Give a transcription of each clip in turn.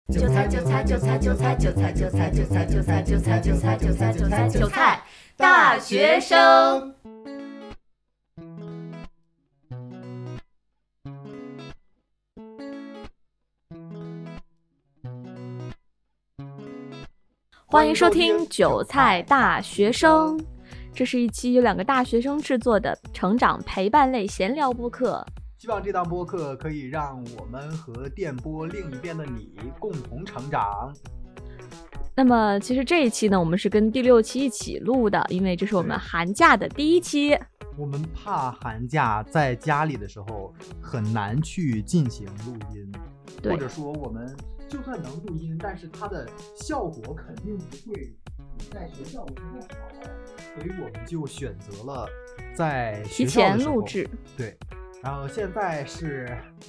韭菜韭菜韭菜韭菜韭菜韭菜韭菜韭菜韭菜韭菜韭菜韭菜韭菜大学生。欢迎收听韭菜大学生，这是一期由2个大学生制作的成长陪伴类闲聊播客。 希望这档播客可以让我们和电波另一边的你共同成长。 那么其实这一期呢，我们是跟第6期一起录的，因为这是我们寒假的第1期。 我们怕寒假在家里的时候很难去进行录音，或者说我们就算能录音，但是它的效果肯定不会在学校的时候好，所以我们就选择了在学校的时候提前录制。 对，然后现在是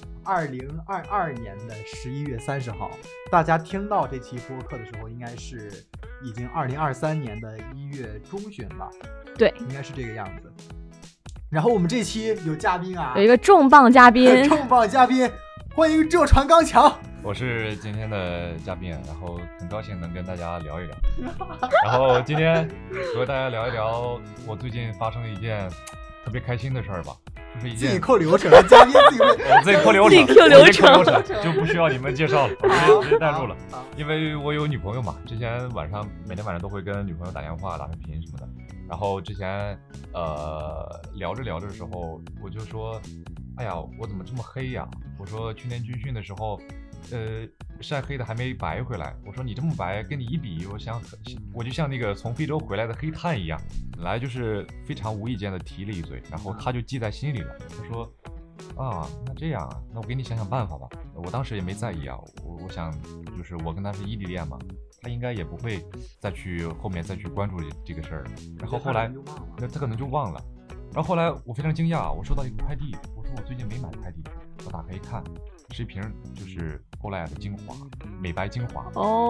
2022年的11月30号，大家听到这期播客的时候，应该是已经2023年的1月中旬吧？ 对， 应该是这个样子。然后我们这期有嘉宾啊， 有一个重磅嘉宾， 重磅嘉宾，欢迎浙传刚强。 我是今天的嘉宾，然后很高兴能跟大家聊一聊。然后今天和大家聊一聊我最近发生的一件特别开心的事儿吧，就是一件自己扣流程，嘉宾自己扣流程， 自己 Q 流程就不需要你们介绍了，我直接带入了。因为我有女朋友嘛，之前每天晚上都会跟女朋友打电话、打视频什么的。然后之前聊着的时候，我就说，哎呀，我怎么这么黑呀？我说去年军训的时候。晒黑的还没白回来。我说你这么白，跟你一比，我就像那个从非洲回来的黑炭一样。本来就是非常无意间的提了一嘴，然后他就记在心里了。他说啊，那这样啊，那我给你想想办法吧。我当时也没在意啊，我想就是我跟他是异地恋嘛，他应该也不会后面再去关注这个事儿。然后后来他可能就忘了。然后后来我非常惊讶，我收到一个快递，我说我最近没买快递，我打开一看。是一瓶就是Olay的精华，美白精华。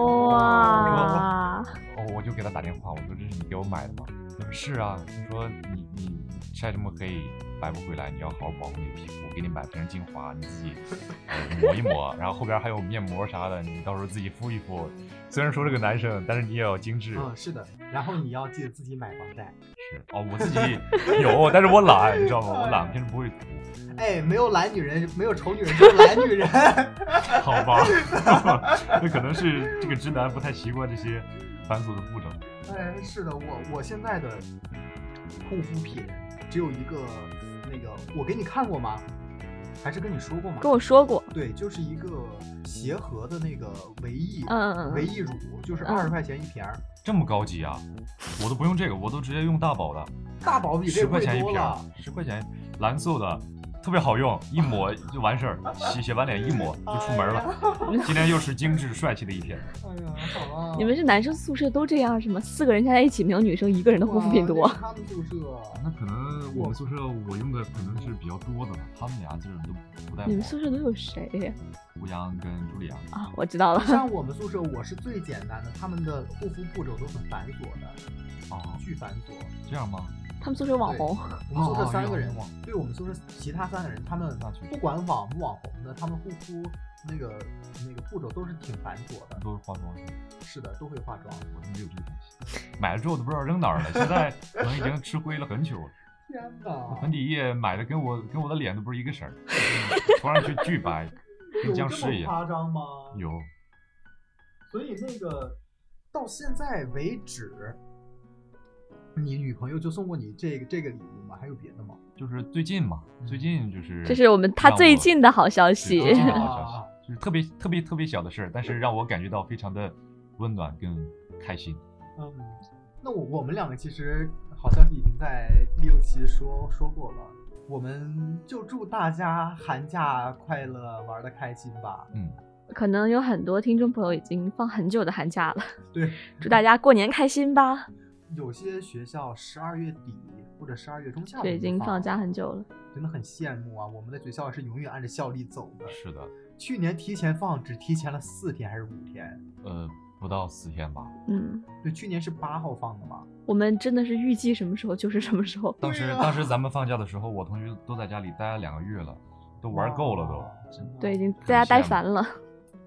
我就给他打电话，我说这是你给我买的吗？他说是啊。你说你晒这么黑，白不回来，你要好好保护你的皮肤。我给你买瓶精华，你自己抹一抹，然后后边还有面膜啥的，你到时候自己敷一敷。虽然说是个男生，但是你也要精致。 是的。然后你要记得自己买防晒。 是我自己有，但是我懒，你知道吗？我懒，平时不会涂。 哎，没有懒女人，没有丑女人，只有懒女人。 好吧，那可能是这个直男不太习惯这些繁琐的步骤。 哎，是的，我现在的护肤品只有一个，那个我给你看过吗？还是跟你说过吗？ 跟我说过。 对，就是一个协和的那个维 E， 维 E 乳，就是20块钱一瓶。 这么高级啊！我都不用这个，我都直接用大宝的。 大宝比这贵多了。 10块钱，蓝色的。特别好用，一抹就完事儿，洗完脸一抹就出门了。今天又是精致帅气的一天。 哎呀，好啊！ 你们是男生宿舍都这样是吗？4个人加在一起，没有女生1个人的护肤品多。 他们宿舍，那可能我们宿舍我用的可能是比较多的吧。他们俩基本都不带。 你们宿舍都有谁呀？ 吴阳跟朱莉阳啊，我知道了。 像我们宿舍，我是最简单的，他们的护肤步骤都很繁琐的，巨繁琐。 这样吗？ 他们宿舍网红， 我们宿舍3个人，对，我们宿舍其他3个人，他们不管网不网红的，他们护肤那个步骤都是挺繁琐的， 都是化妆。 是的，都会化妆。 我没有这个东西，买了之后都不知道扔哪儿了，现在可能已经吃灰了很久了。 天哪！ 粉底液买的跟我的脸都不是一个色儿，涂上去巨白，跟僵尸一样。 有这么夸张吗？ 有。 所以那个到现在为止。你女朋友就送过你这个礼物吗？还有别的吗？ 就是最近嘛，最近就是这是他最近的好消息， 就是特别小的事儿，但是让我感觉到非常的温暖跟开心。 那我们2个其实好消息已经在第6期说过了，我们就祝大家寒假快乐，玩得开心吧。 可能有很多听众朋友已经放很久的寒假了， 对， 祝大家过年开心吧。 有些学校12月底或者12月中下已经放假很久了， 真的很羡慕啊！我们的学校是永远按照校例走的。 是的， 去年提前放只提前了4天还是5天？ 不到4天吧。 对，去年是8号放的嘛。 我们真的是预计什么时候就是什么时候。 当时咱们放假的时候，我同学都在家里待了2个月了，都玩够了都。 对，已经在家待烦了。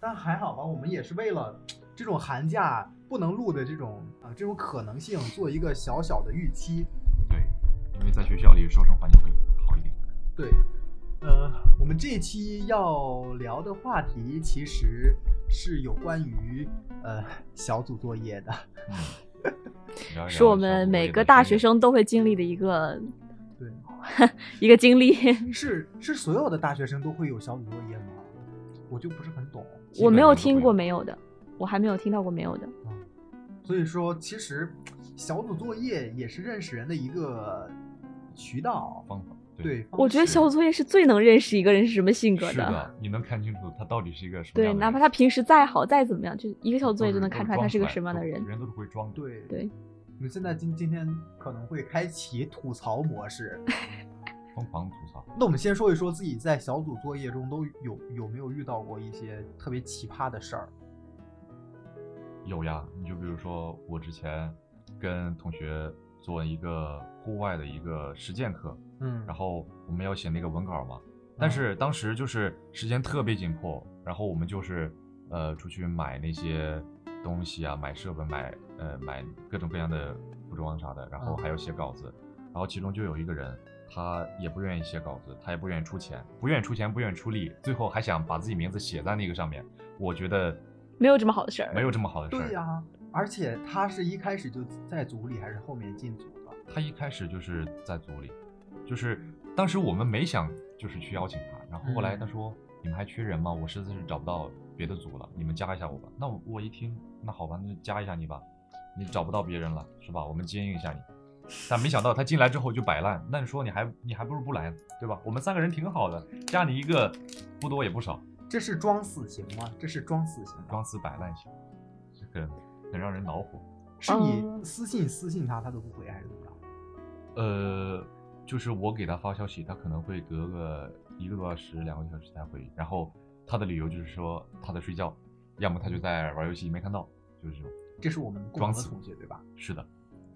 但还好吧，我们也是为了这种寒假不能录的这种可能性做一个小小的预期。 对，因为在学校里收生环境会好一点。 对，我们这一期要聊的话题其实是有关于小组作业的。 是我们每个大学生都会经历的一个一个经历。 是所有的大学生都会有小组作业吗？我就不是很懂。 我没有听过没有的，我还没有听到过没有的。 所以说其实小组作业也是认识人的一个渠道方法。 对， 我觉得小组作业是最能认识一个人是什么性格的。 是的，你能看清楚他到底是一个什么样的人。 对，哪怕他平时再好再怎么样，就一个小组作业就能看出来他是个什么样的人。 人都是会装的。 对，你们现在今天可能会开启吐槽模式， 疯狂吐槽。 那我们先说一说自己在小组作业中都有没有遇到过一些特别奇葩的事儿？ 有呀，你就比如说我之前跟同学做一个户外的一个实践课，然后我们要写那个文稿嘛，但是当时就是时间特别紧迫，然后我们就是出去买那些东西啊，买设备，买各种各样的服装啥的，然后还要写稿子，然后其中就有一个人，他也不愿意写稿子，他也不愿意出钱，不愿意出力，最后还想把自己名字写在那个上面。我觉得没有这么好的事儿， 没有这么好的事儿。 对呀，而且他是一开始就在组里，还是后面进组的？ 他一开始就是在组里，就是当时我们没想就是去邀请他，然后后来他说你们还缺人吗？我实在是找不到别的组了，你们加一下我吧。那我一听，那好吧，那就加一下你吧，你找不到别人了是吧？我们接应一下你。但没想到他进来之后就摆烂，那你说你还不如不来，对吧？我们3个人挺好的，加你一个不多也不少。 这是装死型吗？这是装死型， 装死摆烂型，这个很让人恼火。 是你私信他都不回还是怎么着？就是我给他发消息，他可能会隔个1个多小时、2个小时才回，然后他的理由就是说他在睡觉，要么他就在玩游戏没看到，就是这种。 这是我们共同的同学对吧？ 是的。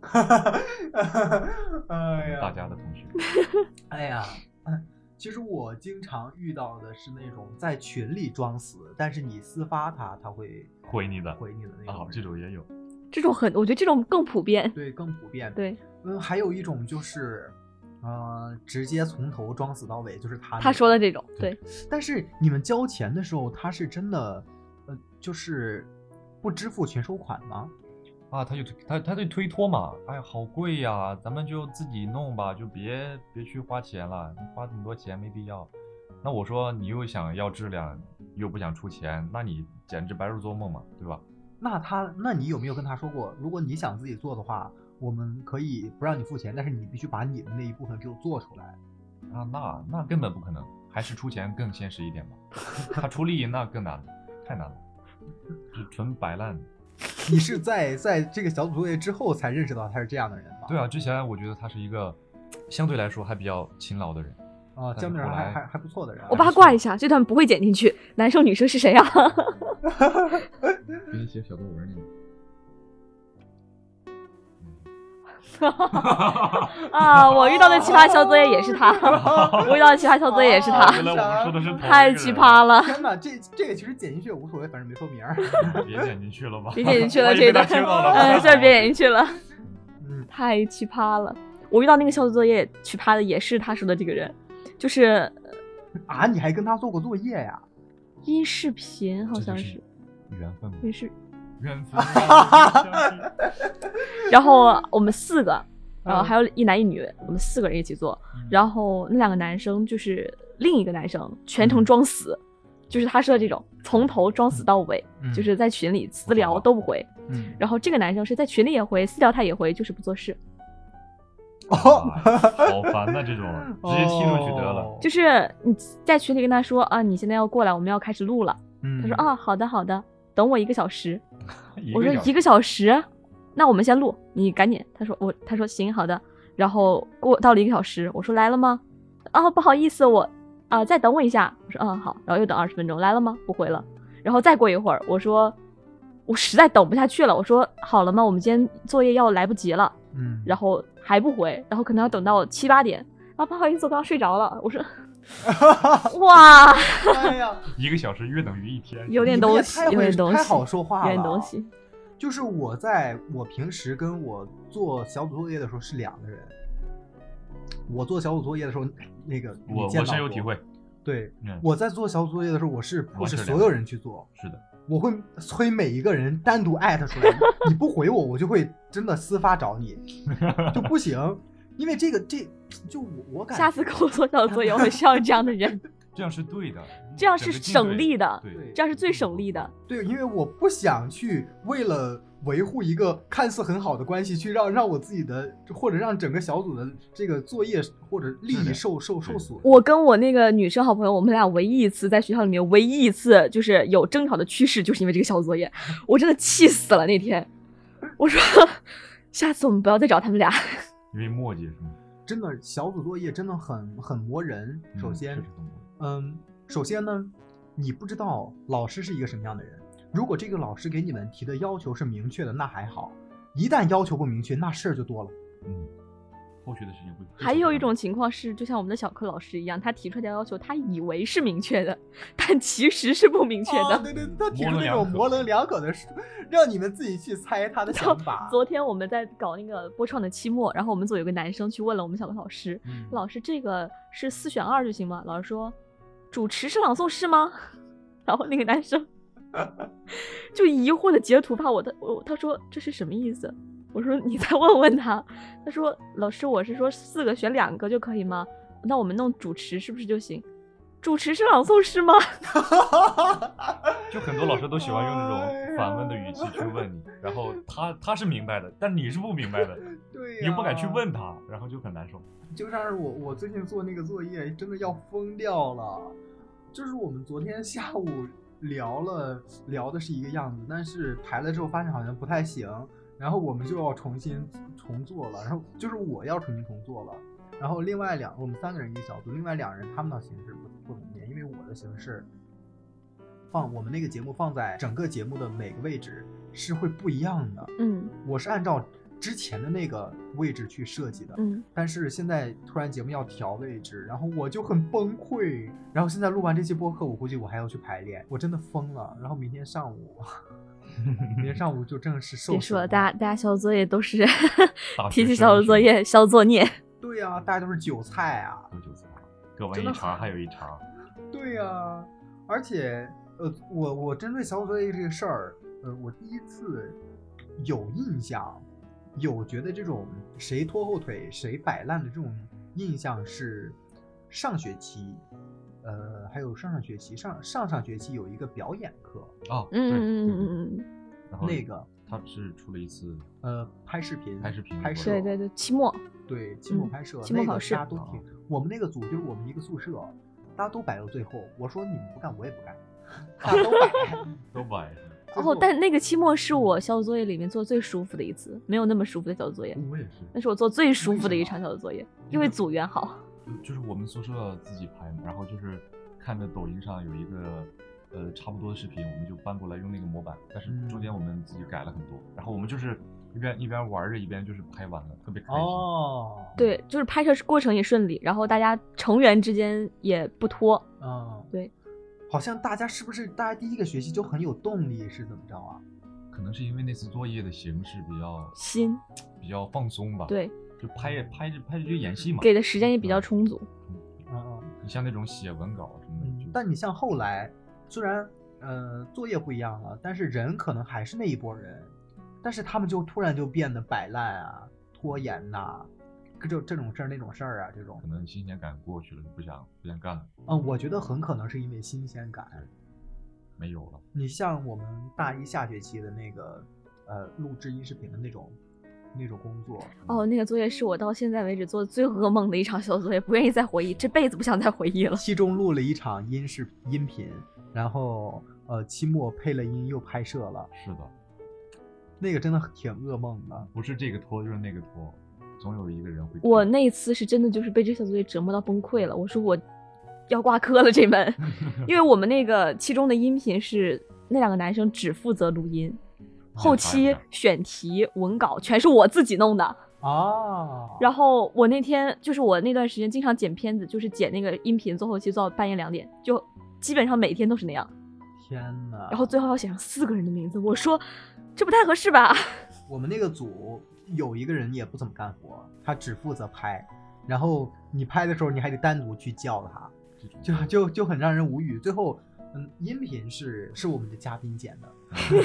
哎呀， 大家的同学。 哎呀，其实我经常遇到的是那种在群里装死，但是你私发他会回你的那种。 这种也有。 这种我觉得这种更普遍。 对，更普遍。 对， 还有一种就是直接从头装死到尾，就是他说的这种。对， 但是你们交钱的时候，他是真的就是不支付全收款吗？ 啊，他就推脱嘛，哎呀，好贵呀，咱们就自己弄吧，就别去花钱了，你花这么多钱没必要。那我说你又想要质量，又不想出钱，那你简直白日做梦嘛，对吧？ 那你有没有跟他说过，如果你想自己做的话，我们可以不让你付钱，但是你必须把你的那一部分给我做出来？ 啊，那根本不可能，还是出钱更现实一点吧。他出力那更难，太难了，就纯摆烂。 你是在这个小组作业之后才认识到他是这样的人吗？ 对啊，之前我觉得他是一个相对来说还比较勤劳的人啊，相对来说还不错的人。 我八卦一下，这段不会剪进去，男生女生是谁啊？ 给你写小作文那个。 啊！我遇到的奇葩小作业也是他，我遇到的奇葩小作业也是他， 原来我们说的是同一个人。 太奇葩了！ 天哪，这个其实剪进去也无所谓，反正没说名儿。 别剪进去了吧？ 别剪进去了，这段，算是别剪进去了。太奇葩了！我遇到那个小组作业奇葩的也是他说的这个人，就是啊，你还跟他做过作业呀？ 音视频好像是缘分吗？ 也是。 缘分。 然后我们4个，然后还有1男1女，我们4个人一起做。然后那2个男生就是另一个男生全程装死，就是他说的这种从头装死到尾，就是在群里私聊都不回。然后这个男生是在群里也回，私聊他也回，就是不做事。 好烦呐，这种直接踢出去得了。 就是你在群里跟他说啊，你现在要过来，我们要开始录了。他说啊，好的好的，等我1个小时。我说1个小时，那我们先录，你赶紧。他说行好的。然后到了1个小时，我说来了吗？啊，不好意思，我再等我一下。我说好，然后又等20分钟，来了吗？不回了。然后再过一会儿，我说我实在等不下去了，我说好了吗？我们今天作业要来不及了。然后还不回，然后可能要等到7、8点。啊，不好意思，我刚刚睡着了。我说哇， 哎呀 ，1个小时约等于1天， 有点东西，有点东西， 太好说话了， 有点东西。 就是我平时跟我做小组作业的时候是2个人，我做小组作业的时候，那个我深有体会。 对，我在做小组作业的时候，我是push所有人去做。 是的， 我会催每一个人单独艾特出来，你不回我，我就会真的私发找你，就不行，因为这就我感觉下次跟我做小组作业，我会需要这样的人。 这样是对的， 这样是省力的， 对， 这样是最省力的。 对，因为我不想去为了维护一个看似很好的关系，去让我自己的或者让整个小组的这个作业或者利益受损。 我跟我那个女生好朋友，我们俩唯一一次在学校里面唯一一次就是有争吵的趋势，就是因为这个小组作业，我真的气死了那天。我说下次我们不要再找他们俩， 因为磨叽是吗？ 真的小组作业真的很磨人。首先呢，你不知道老师是一个什么样的人。如果这个老师给你们提的要求是明确的，那还好；一旦要求不明确，那事儿就多了。 后续的事情会。 还有一种情况是，就像我们的小课老师一样，他提出来的要求，他以为是明确的，但其实是不明确的。 对，他提出那种模棱两可的事，让你们自己去猜他的想法。 昨天我们在搞那个播创的期末，然后我们组有个男生去问了我们小课老师，老师这个是4选2就行吗？老师说，主持是朗诵是吗？然后那个男生就疑惑的截图发他说这是什么意思？我说你再问问他。他说老师，我是说4个选2个就可以吗？那我们弄主持是不是就行？主持是朗诵是吗？ 就很多老师都喜欢用这种反问的语气去问你，然后他是明白的，但你是不明白的， 对， 你又不敢去问他，然后就很难受。 就像是我最近做那个作业，真的要疯掉了。就是我们昨天下午聊的是一个样子，但是排了之后发现好像不太行，然后我们就要重做了，然后就是我要重新重做了，然后另外我们3个人一个小组，另外2人他们的形式不同变，因为我的形式我们那个节目放在整个节目的每个位置是会不一样的。我是按照之前的那个位置去设计的，但是现在突然节目要调位置，然后我就很崩溃。然后现在录完这期播客，我估计我还要去排练，我真的疯了。然后明天上午就正式受。别说了，大家小组作业都是提起小组作业小作孽。 对呀，大家都是韭菜啊， 都韭菜，各玩一茬还有一茬。 对呀，而且我针对小组作业这个事儿，我第一次有印象。有觉得这种谁拖后腿谁摆烂的这种印象是上学期，还有上学期有一个表演课对， 然后那个他是出了一次拍视频， 对，期末拍摄， 期末考试， 大家都挺，我们那个组就是我们一个宿舍，大家都摆到最后，我说你们不干我也不干，大家都摆。 但那个期末是我小组作业里面做最舒服的一次，没有那么舒服的小组作业。 我也是， 那是我做最舒服的一场小组作业，因为组员好。 就是我们宿舍自己拍嘛，然后就是看着抖音上有一个差不多的视频，我们就搬过来用那个模板，但是中间我们自己改了很多，然后我们就是一边玩着一边就是拍完了，特别开心。 对，就是拍摄过程也顺利，然后大家成员之间也不拖。对。 好像大家第一个学期就很有动力，是怎么着啊？ 可能是因为那次作业的形式比较放松吧。 对， 就拍着就演戏嘛， 给的时间也比较充足。 你像那种写文稿什么的， 但你像后来虽然作业不一样了，但是人可能还是那一波人，但是他们就突然就变得摆烂啊、拖延呐。这种事儿那种事儿啊，这种可能新鲜感过去了，就不想干了。 我觉得很可能是因为新鲜感没有了。 你像我们大一下学期的那个录制音视频的那种工作。 那个作业是我到现在为止做的最噩梦的一场小作业，不愿意再回忆，这辈子不想再回忆了。 期中录了一场音频，然后期末配了音又拍摄了。 是的， 那个真的挺噩梦的， 不是这个拖就是那个拖。总有一个人会。 我那次是真的就是被这小作业折磨到崩溃了，我说我要挂科了这门，因为我们那个期中的音频是那2个男生只负责录音，后期选题文稿全是我自己弄的。 然后我那天就是我那段时间经常剪片子，就是剪那个音频做后期做到半夜2点，就基本上每天都是那样。 天哪！ 然后最后要写上4个人的名字，我说这不太合适吧？ 我们那个组有一个人也不怎么干活，他只负责拍，然后你拍的时候你还得单独去叫他，就很让人无语。最后音频是我们的嘉宾剪的。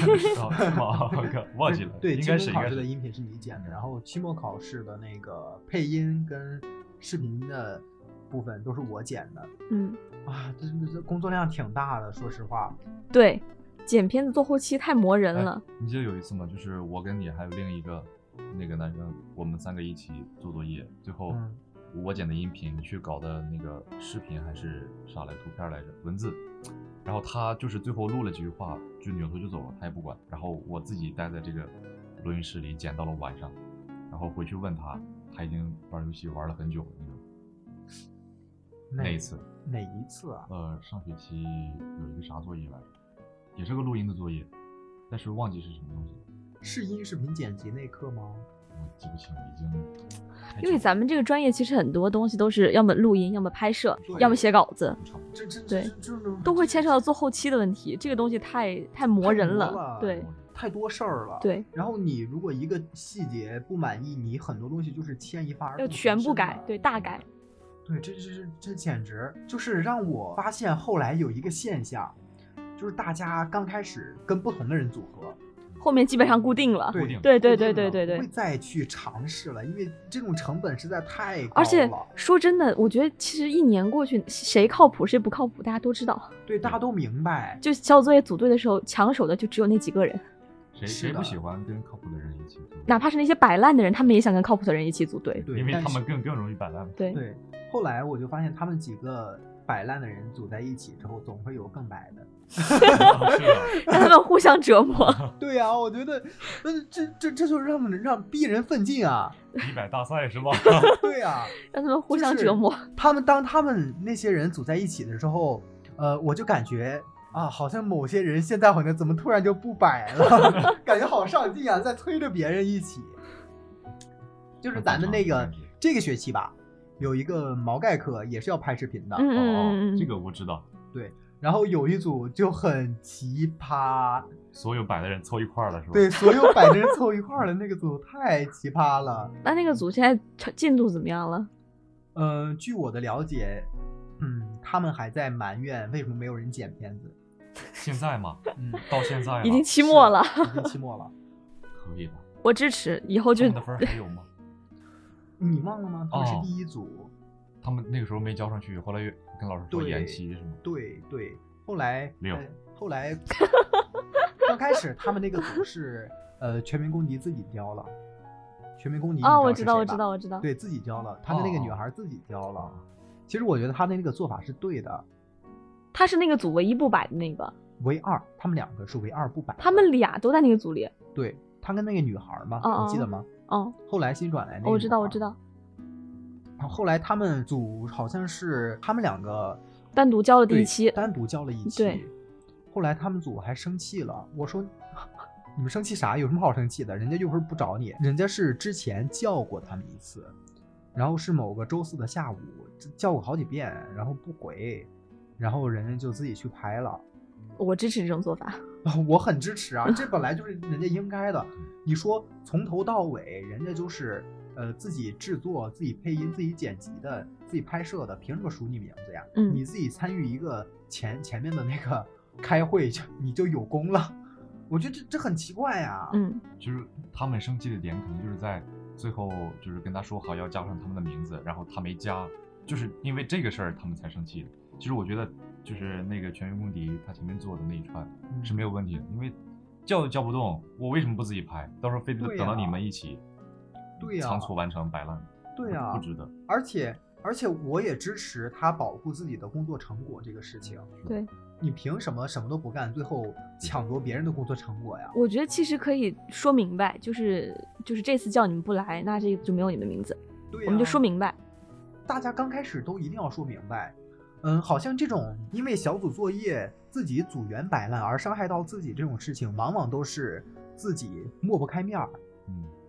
忘记了。 对， 应该是期末考试的音频是你剪的，然后期末考试的那个配音跟视频的部分都是我剪的。这工作量挺大的，说实话。 对，剪片子做后期太磨人了。 你记得有一次吗？就是我跟你还有另一个那个男生，我们3个一起做作业，最后我剪的音频，你去搞的那个视频还是啥来图片来着，文字。然后他就是最后录了几句话就扭头就走了，他也不管。然后我自己待在这个录音室里剪到了晚上，然后回去问他，他已经玩游戏玩了很久了那种。哪一次啊？上学期有一个啥作业来着，也是个录音的作业，但是忘记是什么东西。 是音视频剪辑那课吗？ 我记不清了，已经。 因为咱们这个专业其实很多东西都是要么录音，要么拍摄，要么写稿子，对，都会牵涉到做后期的问题。这个东西太磨人了，对， 太多事儿了， 对。 然后你如果一个细节不满意，你很多东西就是牵一发而动， 要全部改，对，大改。 对，这简直就是让我发现后来有一个现象，就是大家刚开始跟不同的人组合。 后面基本上固定了，对， 不会再去尝试了，因为这种成本实在太高了。 而且说真的，我觉得其实1年过去，谁靠谱谁不靠谱，大家都知道。 对，大家都明白。 就小组作业组队的时候，抢手的就只有那几个人。 谁不喜欢跟靠谱的人一起组队？ 哪怕是那些摆烂的人，他们也想跟靠谱的人一起组队。 对， 因为他们更容易摆烂。 对。 后来我就发现，他们几个摆烂的人组在一起之后，总会有更摆的。 让他们互相折磨。 对呀，我觉得，这就是让逼人奋进啊！ 比摆大赛是吧？ 对呀， 让他们互相折磨。 当他们那些人组在一起的时候，我就感觉啊，好像某些人现在好像怎么突然就不摆了，感觉好上进啊，在催着别人一起。就是咱们那个这个学期吧，有一个毛概课也是要拍视频的。 这个我知道。 对。然后有一组就很奇葩， 所有摆的人凑一块了是吧？ 对，所有摆的人凑一块了，那个组太奇葩了。 那个组现在进度怎么样了？ 据我的了解，他们还在埋怨为什么没有人剪片子。 现在吗？到现在已经期末了， 已经期末了。 可以的， 我支持。以后就他们的分还有吗？ 你忘了吗？他们是第一组。 他们那个时候没交上去，后来跟老师说延期是吗？ 对，后来没有。 后来刚开始他们那个组是全民公敌自己交了，全民公敌我知道， 对，自己交了，他的那个女孩自己交了。其实我觉得他的那个做法是对的。 他是那个组唯一不摆的那个， 唯二，他们2个是唯二不摆， 他们俩都在那个组里。 对，他跟那个女孩嘛，你记得吗？后来新转来那个。 我知道。 后来他们组好像是他们2个单独交了第一期， 单独交了一期。对，后来他们组还生气了，我说你们生气啥？有什么好生气的？人家又不是不找你，人家是之前叫过他们一次，然后是某个周4的下午叫过好几遍，然后不回，然后人家就自己去拍了。 我支持这种做法。 我很支持啊，这本来就是人家应该的。你说从头到尾人家就是自己制作、自己配音、自己剪辑的、自己拍摄的，凭什么数你名字呀？你自己参与一个前面的那个开会你就有功了，我觉得这很奇怪呀。 就是他们生气的点可能就是在最后就是跟他说好要加上他们的名字，然后他没加，就是因为这个事儿他们才生气的。其实我觉得就是那个全员公敌他前面做的那一串是没有问题的，因为叫都叫不动，我为什么不自己拍？到时候非得等到你们一起仓促完成摆烂。 对呀， 不值得。 而且我也支持他保护自己的工作成果这个事情。 对， 你凭什么什么都不干，最后抢夺别人的工作成果呀？ 我觉得其实可以说明白，就是这次叫你们不来，那这个就没有你们名字。对，我们就说明白。 大家刚开始都一定要说明白。好像这种因为小组作业自己组员摆烂而伤害到自己这种事情，往往都是自己抹不开面儿。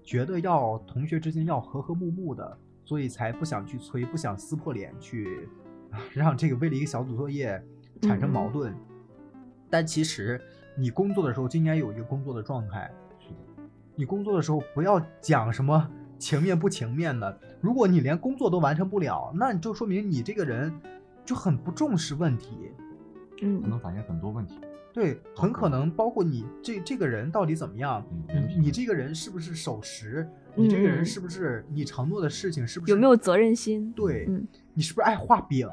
觉得同学之间要和和睦睦的，所以才不想去催，不想撕破脸去让这个为了一个小组作业产生矛盾。但其实你工作的时候就应该有一个工作的状态，你工作的时候不要讲什么情面不情面的，如果你连工作都完成不了，那你就说明你这个人就很不重视问题， 可能反映很多问题。 对，很可能包括你这个人到底怎么样，你这个人是不是守时，你这个人是不是你承诺的事情是不是有没有责任心， 对，你是不是爱画饼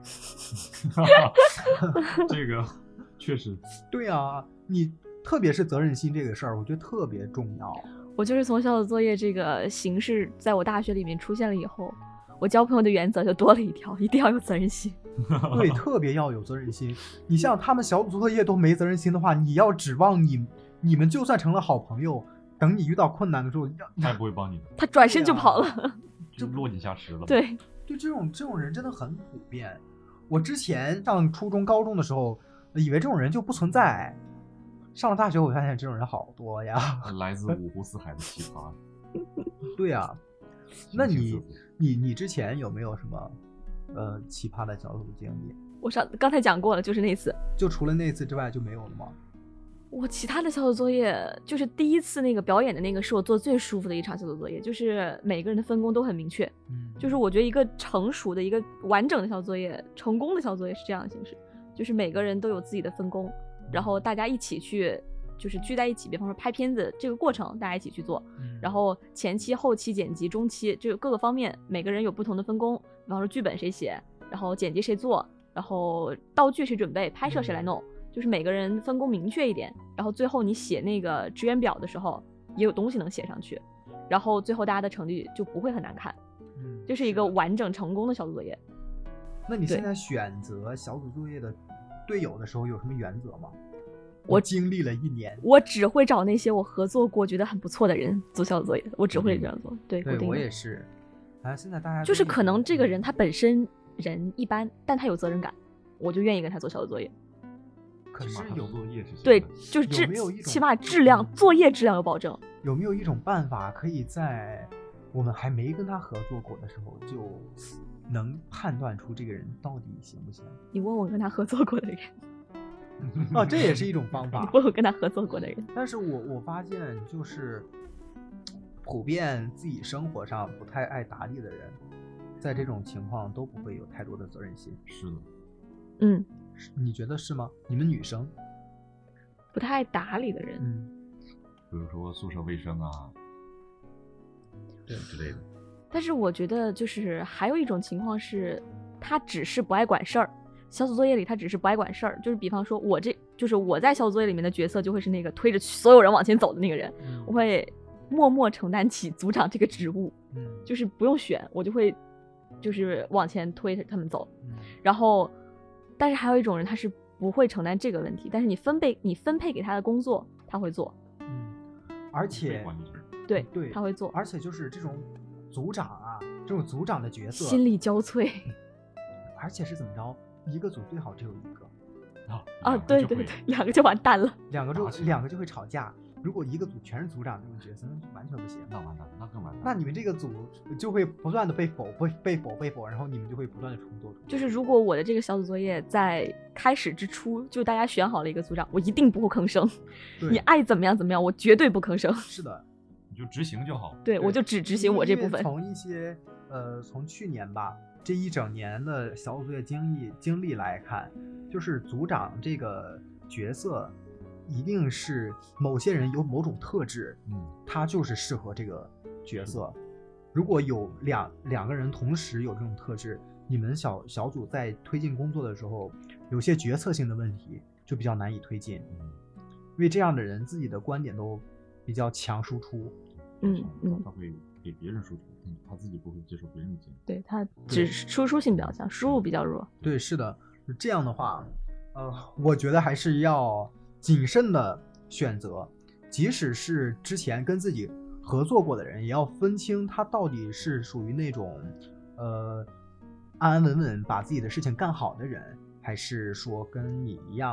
这个确实对啊，你特别是责任心这个事儿，我觉得特别重要。 我就是从小组作业这个形式在我大学里面出现了以后，我交朋友的原则就多了一条，一定要有责任心。 对，特别要有责任心。你像他们小组作业都没责任心的话，你要指望你们就算成了好朋友，等你遇到困难的时候， 他也不会帮你的， 他转身就跑了， 就落井下石了。 对， 这种人真的很普遍。我之前上初中高中的时候以为这种人就不存在，上了大学我发现这种人好多呀， 来自五湖四海的奇葩。 对呀，那你之前有没有什么奇葩的小组经历？ 我刚才讲过了，就是那次。 就除了那次之外就没有了吗？ 我其他的小组作业，就是第一次那个表演的那个是我做最舒服的一场小组作业，就是每个人的分工都很明确。就是我觉得一个成熟的一个完整的小组作业，成功的小组作业是这样的形式，就是每个人都有自己的分工，然后大家一起去就是聚在一起，比方说拍片子这个过程大家一起去做，然后前期后期剪辑中期就各个方面每个人有不同的分工，比方说剧本谁写，然后剪辑谁做，然后道具谁准备，拍摄谁来弄，就是每个人分工明确一点，然后最后你写那个职员表的时候也有东西能写上去，然后最后大家的成绩就不会很难看，就是一个完整成功的小组作业。 那你现在选择小组作业的队友的时候有什么原则吗？ 我经历了1年， 我只会找那些我合作过觉得很不错的人做小组作业，我只会这样做。对， 我也是。现在大家就是可能这个人他本身人一般，但他有责任感，我就愿意跟他做小组作业。 可是有作业对，就是起码质量作业质量有保证。 有没有一种办法可以在我们还没跟他合作过的时候就能判断出这个人到底行不行？ 你问我跟他合作过的人。 这也是一种方法。 我有跟他合作过的人， 但是我发现就是普遍自己生活上不太爱打理的人，在这种情况都不会有太多的责任心。 是的。 你觉得是吗？你们女生不太爱打理的人， 比如说宿舍卫生啊，对之类的。 但是我觉得就是还有一种情况是，他只是不爱管事儿。小组作业里他只是不爱管事儿，就是比方说我在小组作业里面的角色就会是那个推着所有人往前走的那个人，我会默默承担起组长这个职务，就是不用选，我就会就是往前推他们走，然后但是还有一种人他是不会承担这个问题，但是你分配给他的工作他会做， 而且对他会做， 而且就是这种组长啊，这种组长的角色心力交瘁， 而且是怎么着？一个组最好只有一个对，两个就完蛋了， 两个就会吵架。如果一个组全是组长这种角色，那就完全不行， 那完蛋，那更完蛋。 那你们这个组就会不断的被否，然后你们就会不断的重做。 就是如果我的这个小组作业在开始之初就大家选好了一个组长，我一定不会吭声。你爱怎么样怎么样，我绝对不吭声。 是的， 你就执行就好。 对，我就只执行我这部分。 从一些从去年吧。这一整年的小组作业经历来看，就是组长这个角色一定是某些人有某种特质，他就是适合这个角色。如果有两个人同时有这种特质，你们小组在推进工作的时候，有些决策性的问题就比较难以推进，因为这样的人自己的观点都比较强输出， 他会给别人输出，他自己不会接受别人的建议。 对，他只输出性比较强，输入比较弱。 对，是的，这样的话，我觉得还是要谨慎的选择，即使是之前跟自己合作过的人，也要分清他到底是属于那种安安稳稳把自己的事情干好的人，还是说跟你一样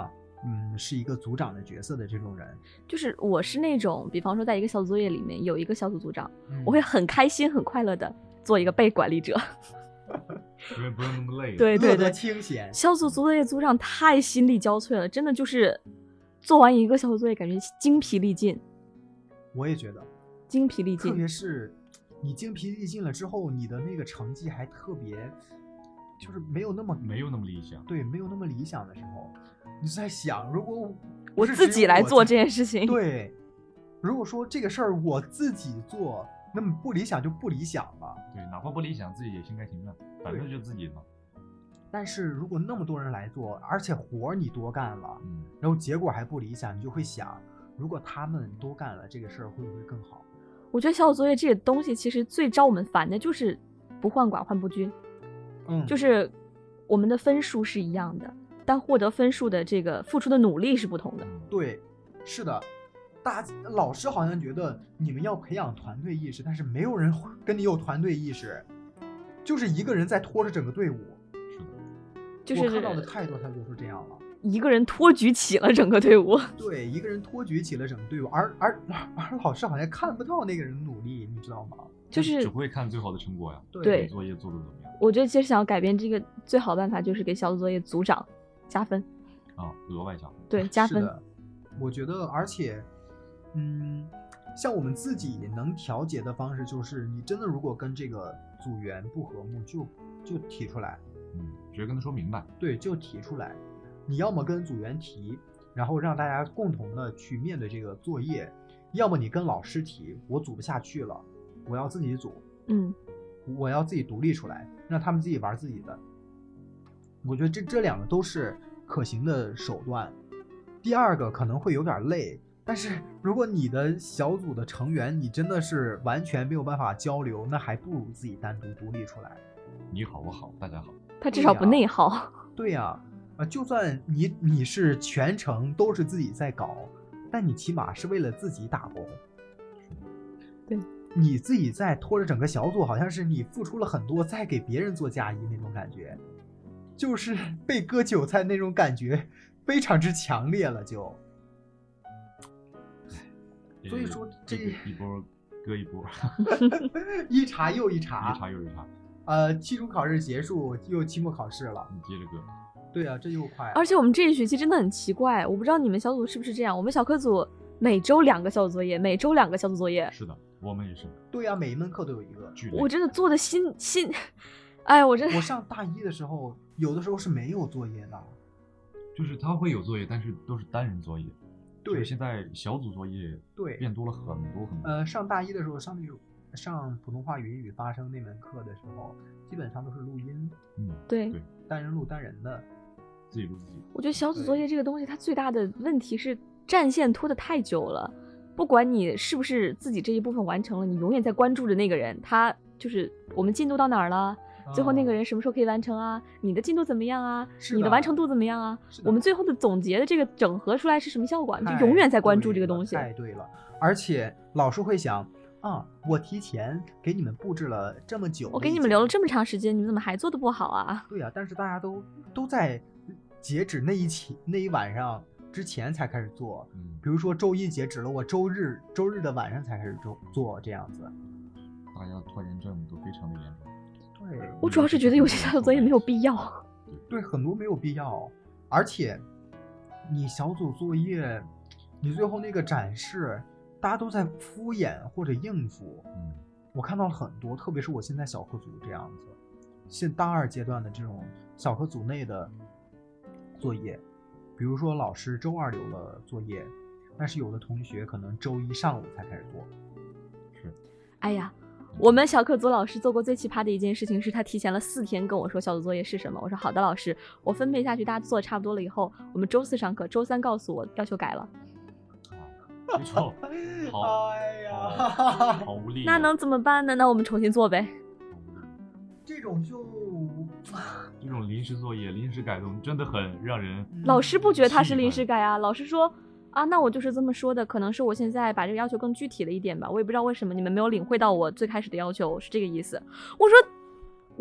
是一个组长的角色的这种人。 就是我是那种，比方说在一个小组作业里面有一个小组组长，我会很开心很快乐的做一个被管理者。 因为不用那么累。 对对对， 清闲。 小组作业组长太心力交瘁了，真的就是做完一个小组作业感觉精疲力尽。 我也觉得精疲力尽， 特别是你精疲力尽了之后，你的那个成绩还特别就是没有那么理想。 对，没有那么理想的时候，你就在想，如果我自己来做这件事情， 对，如果说这个事儿我自己做，那么不理想就不理想了。 对，哪怕不理想，自己也心甘情愿，反正就自己嘛。 但是如果那么多人来做，而且活儿你多干了，然后结果还不理想，你就会想，如果他们多干了这个事儿，会不会更好？ 我觉得小组作业这个东西，其实最招我们烦的就是不患寡患不均。就是我们的分数是一样的，但获得分数的这个付出的努力是不同的。 对，是的。老师好像觉得你们要培养团队意识，但是没有人跟你有团队意识，就是一个人在拖着整个队伍。 是的， 就是我看到的太多是这样了。 一个人托举起了整个队伍。 对，一个人托举起了整个队伍，而老师好像看不到那个人的努力，你知道吗？ 就是只会看最好的成果呀。 对， 作业做的怎么样？ 我觉得其实想要改变这个最好的办法就是给小组作业组长加分额外加分。 对，加分。 是的，我觉得，而且像我们自己能调节的方式，就是你真的如果跟这个组员不和睦，就提出来， 直接跟他说明白。 对，就提出来。你要么跟组员提，然后让大家共同的去面对这个作业，要么你跟老师提，我组不下去了，我要自己组，我要自己独立出来，让他们自己玩自己的。我觉得这两个都是可行的手段。第二个可能会有点累，但是如果你的小组的成员你真的是完全没有办法交流，那还不如自己单独独立出来。 你好，我好，大家好。 他至少不内耗。 对呀，就算你是全程都是自己在搞，但你起码是为了自己打工。 对， 你自己在拖着整个小组，好像是你付出了很多，再给别人做嫁衣那种感觉，就是被割韭菜那种感觉非常之强烈了就。所以说这一波割一波， 一茬又一茬， 一茬又一茬。 期中考试结束，又期末考试了， 你接着割。 对啊，这又快了。 而且我们这一学期真的很奇怪，我不知道你们小组是不是这样。我们小课组每周2个小组作业，每周2个小组作业。 是的，我们也是。 对啊，每一门课都有一个。 我真的做的心，哎，我上大一的时候，有的时候是没有作业的， 就是他会有作业，但是都是单人作业。 对， 现在小组作业变多了很多很多。 上大一的时候上普通话语音语发声那门课的时候，基本上都是录音。 对， 单人录单人的， 自己录自己。 我觉得小组作业这个东西，它最大的问题是战线拖得太久了。不管你是不是自己这一部分完成了，你永远在关注着那个人，他就是我们进度到哪儿了，最后那个人什么时候可以完成啊？你的进度怎么样啊？你的完成度怎么样啊？我们最后的总结的这个整合出来是什么效果？你就永远在关注这个东西。 太对了，而且老师会想我提前给你们布置了这么久， 我给你们留了这么长时间，你们怎么还做得不好啊？ 对啊，但是大家都在截止那一晚上之前才开始做，比如说周一截止了，我周日的晚上才开始做这样子。 大家拖延症都非常的严重。 对， 我主要是觉得有些小组作业没有必要。 对，很多没有必要，而且你小组作业，你最后那个展示，大家都在敷衍或者应付。我看到了很多，特别是我现在小课组这样子，现大2阶段的这种小课组内的作业，比如说老师周2留了作业，但是有的同学可能周1上午才开始做。 是， 哎呀，我们小课组老师做过最奇葩的一件事情是，他提前了4天跟我说小组作业是什么。我说好的，老师，我分配下去，大家做的差不多了以后，我们周4上课，周3告诉我要求改了。 没错，好无力。 那能怎么办呢？那我们重新做呗。 这种临时作业、临时改动真的很让人。 老师不觉得他是临时改啊，老师说那我就是这么说的，可能是我现在把这个要求更具体了一点吧，我也不知道为什么你们没有领会到我最开始的要求是这个意思。我说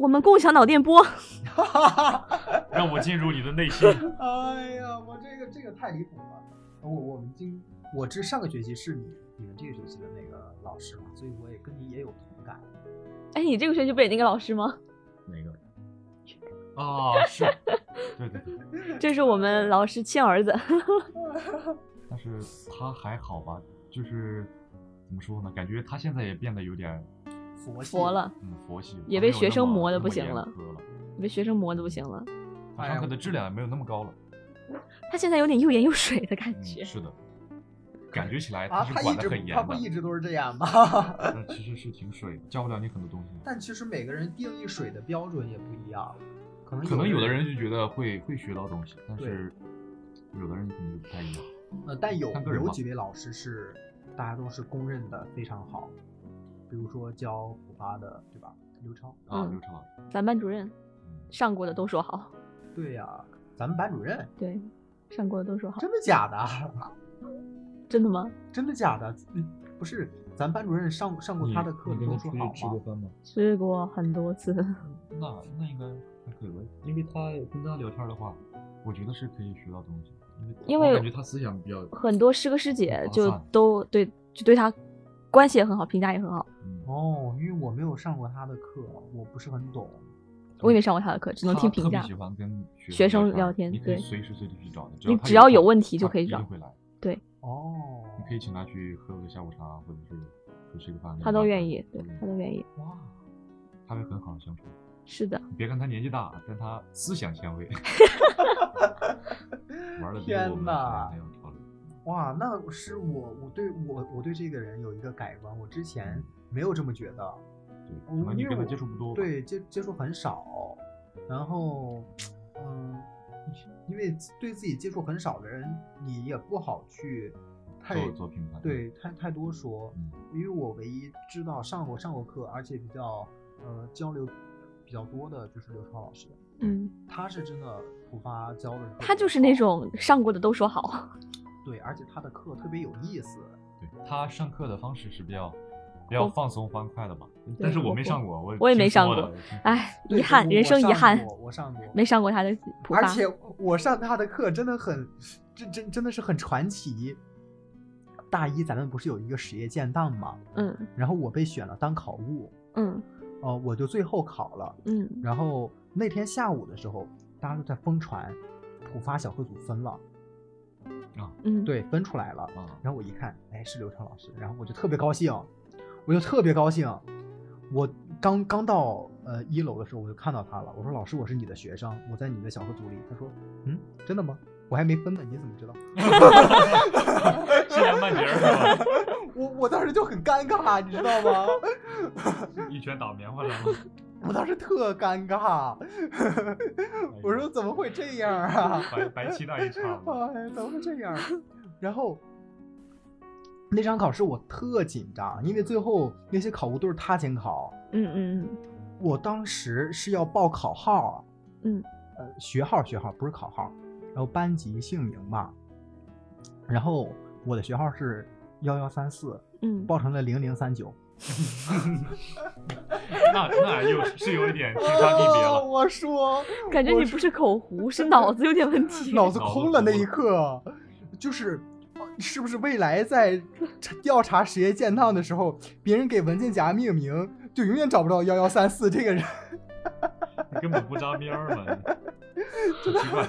我们共享脑电波。 让我进入你的内心。 哎呀，我这个太离谱了。我这上个学期是你们这个学期的那个老师嘛，所以我也跟你也有同感。 哎，你这个学期不也那个老师吗？ 哪个？啊，是，对。 这是我们老师亲儿子。 但是他还好吧，就是怎么说呢？感觉他现在也变得有点佛了， 佛系， 也被学生磨的不行了，被学生磨的不行了。 他上课的质量也没有那么高了。 他现在有点又盐又水的感觉。 是的，感觉起来他是管得很严的。 他不一直都是这样吗？ 其实是挺水的，教不了你很多东西。 但其实每个人定义水的标准也不一样，可能有的人就觉得会学到东西，但是有的人可能就不太一样。 但有几位老师是大家都是公认的非常好，比如说教普发的，对吧？刘超刘超老师， 咱班主任上过的都说好。 对呀，咱们班主任对上过的都说好。 真的假的？ 真的吗？ 真的假的？不是，咱班主任上过他的课都说好吗？ 吃过饭吗？ 吃过很多次。 那应该还可以吧，因为他跟他聊天的话，我觉得是可以学到东西。因为我感觉他思想比较很多师哥师姐就都对他关系也很好，评价也很好。 因为我没有上过他的课，我不是很懂。 我也没上过他的课，只能听评价。 他特别喜欢跟学生聊天， 你可以随时随地去找他， 你只要有问题就可以找。 他一定会来。 对。 你可以请他去喝个下午茶，或者是去吃个饭。 他都愿意，对，他都愿意。 哇，他会很好的相处。 是的。 你别看他年纪大，但他思想前卫。玩的比我们还有条理。 哇，那是我对这个人有一个改观，我之前没有这么觉得。 对，可能你跟他接触不多。 对，接触很少，然后因为对自己接触很少的人，你也不好去做评判。 对，太多说。因为我唯一知道上过课，而且比较交流比较多的就是刘超老师。他是真的普发教的， 他就是那种上过的都说好。 对，而且他的课特别有意思。 对，他上课的方式是比较放松欢快的吧。但是我没上过， 我也没上过。哎，遗憾，人生遗憾。 我上过， 没上过他的普发。 而且我上他的课真的很，真的是很传奇。大一咱们不是有一个实业建档吗？然后我被选了当考务。我就最后考了。然后那天下午的时候，大家都在疯传，普发小课组分了。对，分出来了。然后我一看，哎，是刘超老师，然后我就特别高兴。我刚到1楼的时候，我就看到他了。我说：“老师，我是你的学生，我在你的小课组里。”他说：“真的吗？我还没分呢，你怎么知道？” 是来慢节是吧？ 我当时就很尴尬，你知道吗？ 一拳打棉花上了。 我当时特尴尬，我说怎么会这样啊？ 白期待一场。 哎，怎么会这样？然后那场考试我特紧张，因为最后那些考务都是他先考。我当时是要报考号，学号不是考号，然后班级姓名嘛。然后我的学号是1134，报成了0039。 那又是有一点天差地别了。 我说， 感觉你不是口胡，是脑子有点问题。 脑子空了那一刻，是不是未来在调查实业建档的时候，别人给文件夹命名，就永远找不到1134这个人？ 你根本不扎边儿嘛！奇怪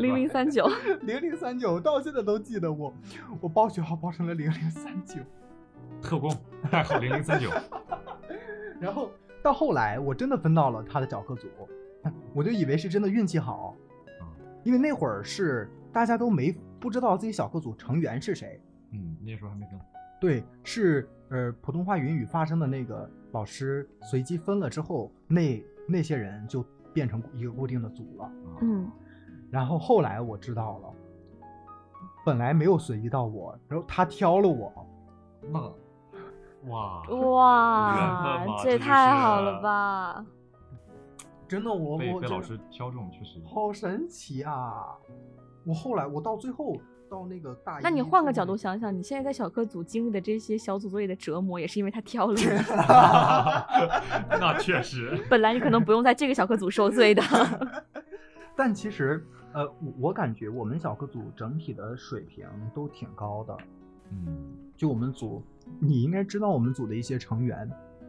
0039， 到现在都记得我报学号报成了0039。 特工代号0039。 然后到后来我真的分到了他的小课组，我就以为是真的运气好。因为那会儿是大家都不知道自己小课组成员是谁。 那时候还没分。对， 是普通话云语发生的那个老师随机分了之后，那些人就变成一个固定的组了。然后后来我知道了，本来没有随机到我，然后他挑了我。 哇， 这也太好了吧！ 真的，被老师挑中，确实好神奇啊！我到最后到那个大一。 那你换个角度想想，你现在在小课组经历的这些小组作业的折磨，也是因为他挑了你。 那确实， 本来你可能不用在这个小课组受罪的。 但其实，我感觉我们小课组整体的水平都挺高的。就我们组，你应该知道我们组的一些成员，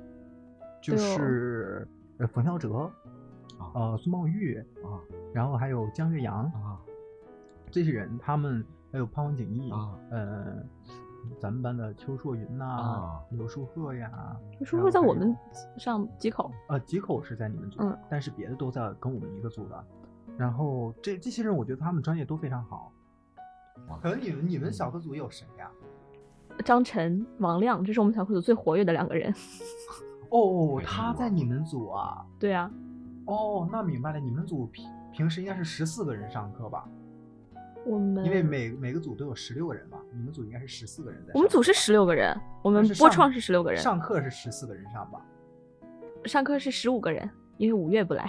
就是冯孝哲，孙茂玉啊，然后还有江岳阳啊，这些人，他们还有潘王景义啊，咱们班的邱硕云呐，刘书鹤呀， 刘书鹤在我们上几口， 几口是在你们组，但是别的都在跟我们一个组的。然后这些人，我觉得他们专业都非常好。可能你们小课组有谁呀？ 张晨、王亮，这是我们小课组最活跃的2个人。 哦，他在你们组啊？ 对啊。 哦，那明白了，你们组平时应该是14个人上课吧？ 我们因为每个组都有16个人嘛，你们组应该是14个人在上课。 我们组是16个人，我们播创是16个人。 上课是14个人上吧？ 上课是15个人，因为5月不来。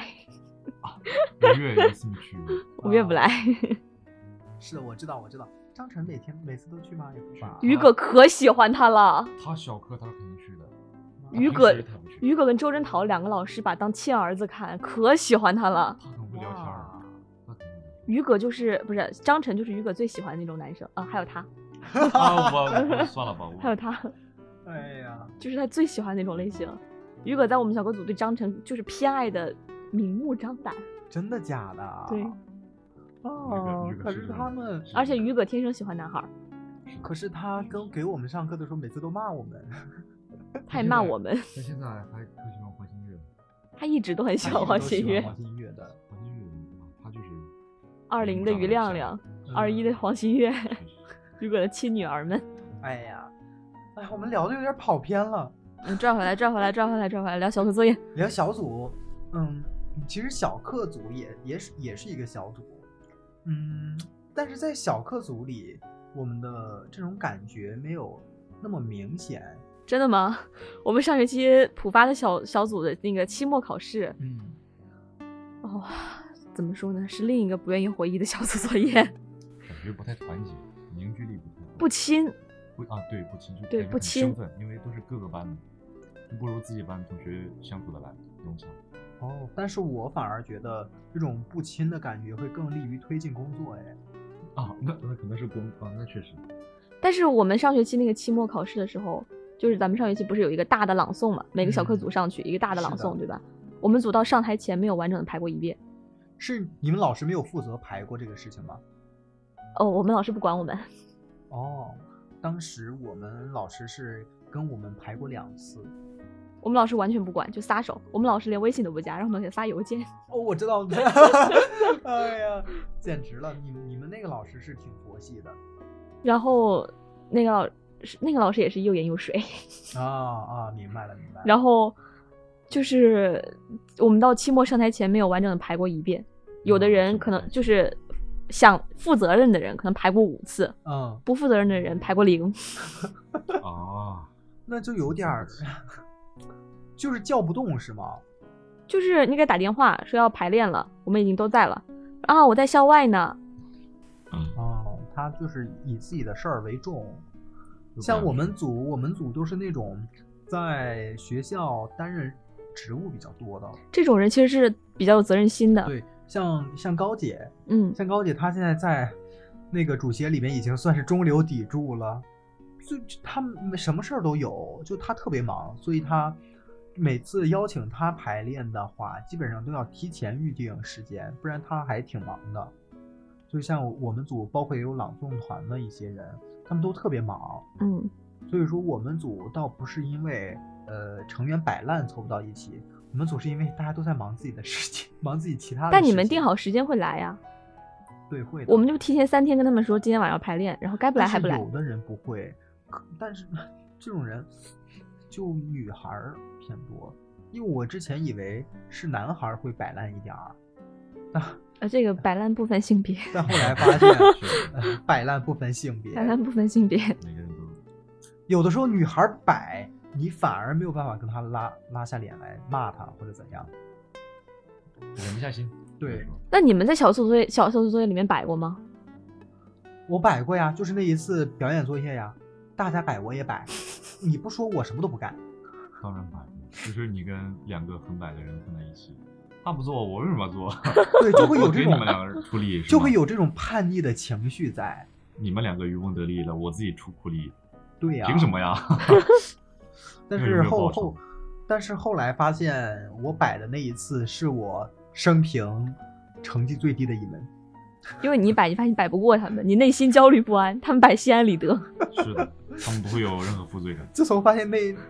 5月也这么去 ？5月不来。 是的，我知道。张晨每次都去吗？也不吧。 于葛可喜欢他了。 他小课他是肯定去的。 于葛跟周真桃2个老师把当亲儿子看，可喜欢他了。 他很会聊天。 于葛就是不是张晨就是于葛最喜欢的那种男生啊，还有他。 我算了吧。 还有他。 哎呀， 就是他最喜欢那种类型。于葛在我们小课组对张晨就是偏爱的明目张胆。 真的假的？ 对。 可是他们， 而且于葛天生喜欢男孩。 可是他给我们上课的时候，每次都骂我们。 他也骂我们。 他现在还特喜欢黄馨月。 他一直都很喜欢黄馨月。 黄馨月的， 他就是 20的于亮亮，21的黄馨月，于葛的亲女儿们。 哎呀，我们聊的有点跑偏了。 拽回来，聊小组作业。 聊小组，其实小课组也是一个小组，但是在小课组里，我们的这种感觉没有那么明显。 真的吗？我们上学期普发的小组的那个期末考试，怎么说呢？是另一个不愿意回忆的小组作业。 感觉不太团结，凝聚力不亲。 对，不亲，就对不亲， 因为都是各个班的，不如自己班同学相处的来融洽。 但是我反而觉得这种不亲的感觉会更利于推进工作。 那可能是那确实。 但是我们上学期那个期末考试的时候，就是咱们上学期不是有一个大的朗诵嘛？每个小课组上去一个大的朗诵，对吧？我们组到上台前没有完整的排过一遍。 是你们老师没有负责排过这个事情吗？ 我们老师不管我们。 当时我们老师是跟我们排过2次。 我们老师完全不管，就撒手。我们老师连微信都不加，让同学发邮件。 我知道。哎呀，简直了！你们那个老师是挺佛系的。然后那个老师也是又盐又水。 明白了。 然后就是我们到期末上台前没有完整的排过一遍，有的人可能就是想负责任的人可能排过5次，不负责任的人排过0。 那就有点就是叫不动是吗？ 就是你给打电话说要排练了，我们已经都在了我在校外呢。 他就是以自己的事儿为重。像我们组都是那种在学校担任职务比较多的，这种人其实是比较有责任心的。对，像高姐，像高姐她现在在那个主协里面已经算是中流砥柱了，就她什么事儿都有，就她特别忙，所以她每次邀请她排练的话，基本上都要提前预定时间，不然她还挺忙的。就像我们组包括也有朗诵团的一些人，他们都特别忙，所以说我们组倒不是因为成员摆烂凑不到一起，我们组是因为大家都在忙自己的事情，忙自己其他的事情。但你们定好时间会来呀？对，会的。我们就提前3天跟他们说今天晚上要排练，然后该不来还不来。有的人不会，但是这种人就女孩偏多，因为我之前以为是男孩会摆烂一点这个摆烂不分性别，但后来发现摆烂不分性别，摆烂不分性别，每个人都有的时候女孩摆，你反而没有办法跟她拉下脸来骂她或者怎样，忍不下心。对，那你们在小组作业里面摆过吗？ 我摆过呀，就是那一次表演作业呀，大家摆我也摆，你不说我什么都不干。 当然摆，就是你跟2个很摆的人混在一起，他不做我为什么要做？ 对，就会有这种你们2个人出力， 就会有这种叛逆的情绪在。 你们2个渔翁得利了，我自己出苦力。 对呀， 凭什么呀？ 但是后来发现，我摆的那一次是我生平成绩最低的一门。 因为你摆，你发现你摆不过他们，你内心焦虑不安，他们摆心安理得。是的，他们不会有任何负罪感。 自从发现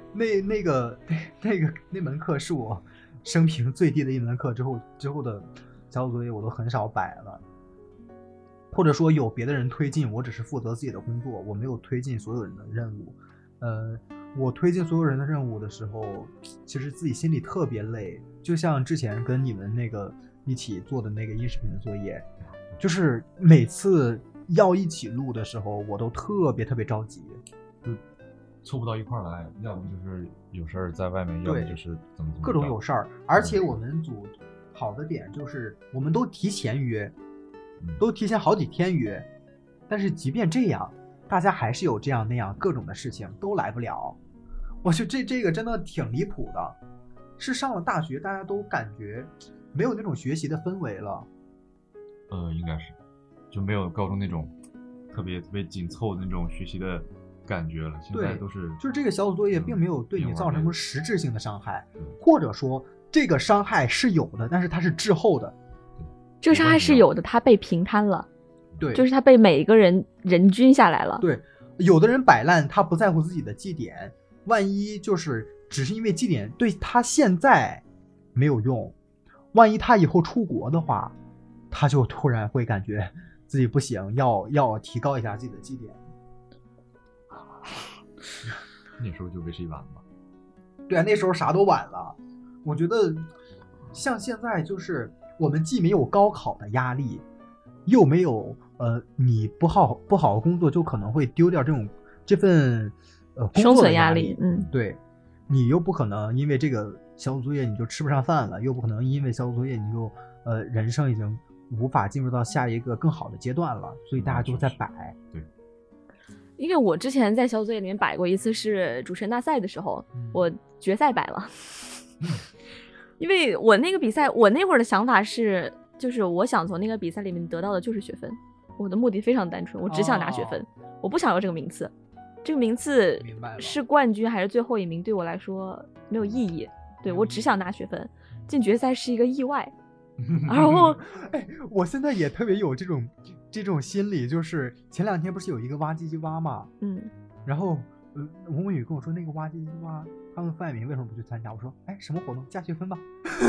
那门课是我生平最低的一门课之后的小组作业我都很少摆了，或者说有别的人推进，我只是负责自己的工作，我没有推进所有人的任务。我推进所有人的任务的时候，其实自己心里特别累，就像之前跟你们那个一起做的那个音视频的作业，就是每次要一起录的时候，我都特别着急， 就凑不到一块来，要不就是有事儿在外面，要不就是怎么各种有事儿。而且我们组好的点就是我们都提前约，都提前好几天约，但是即便这样，大家还是有这样那样各种的事情都来不了。我觉得这个真的挺离谱的，是上了大学大家都感觉没有那种学习的氛围了。 应该是就没有高中那种特别紧凑的那种学习的感觉了。现在都是就是这个小组作业并没有对你造成什么实质性的伤害，或者说这个伤害是有的，但是它是滞后的。 这个伤害是有的，它被平摊了。 对， 就是它被每一个人均下来了。 对，有的人摆烂，他不在乎自己的绩点，万一就是只是因为绩点对他现在没有用，万一他以后出国的话，他就突然会感觉自己不行，要提高一下自己的绩点。 那时候就为时已晚吧。 对啊，那时候啥都晚了。我觉得像现在就是我们既没有高考的压力，又没有你不好工作就可能会丢掉这份工作的压力。对，你又不可能因为这个小组作业你就吃不上饭了，又不可能因为小组作业你就人生已经无法进入到下一个更好的阶段了，所以大家都在摆。 对， 因为我之前在小组作业里面摆过一次，是主持人大赛的时候，我决赛摆了。因为我那个比赛，我那会儿的想法是，就是我想从那个比赛里面得到的就是学分，我的目的非常单纯，我只想拿学分，我不想要这个名次。这个名次是冠军还是最后一名对我来说没有意义，对，我只想拿学分。进决赛是一个意外。然后我现在也特别有这种心理，就是前2天不是有一个挖机机挖嘛，然后吴梦雨跟我说那个挖机机挖他们范伟明为什么不去参加，我说什么活动，加学分吧。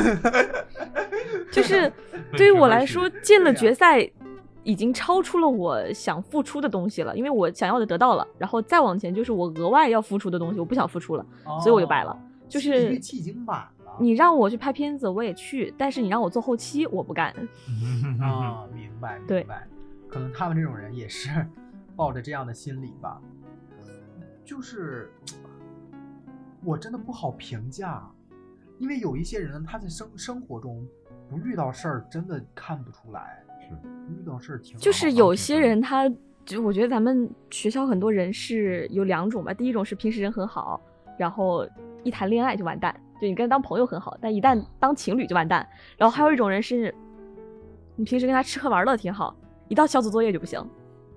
就是对于我来说进了决赛已经超出了我想付出的东西了，因为我想要的得到了，然后再往前就是我额外要付出的东西我不想付出了，所以我就摆了。就是预期已经满了， 你让我去拍片子我也去，但是你让我做后期我不干。 明白。 对， 可能他们这种人也是抱着这样的心理吧。就是我真的不好评价，因为有一些人他在生活中不遇到事儿真的看不出来，遇到事儿挺好。 就是有些人他就我觉得咱们学校很多人是有2种吧，第一种是平时人很好，然后一谈恋爱就完蛋，就你跟他当朋友很好，但一旦当情侣就完蛋。然后还有一种人是你平时跟他吃喝玩乐挺好，一到小组作业就不行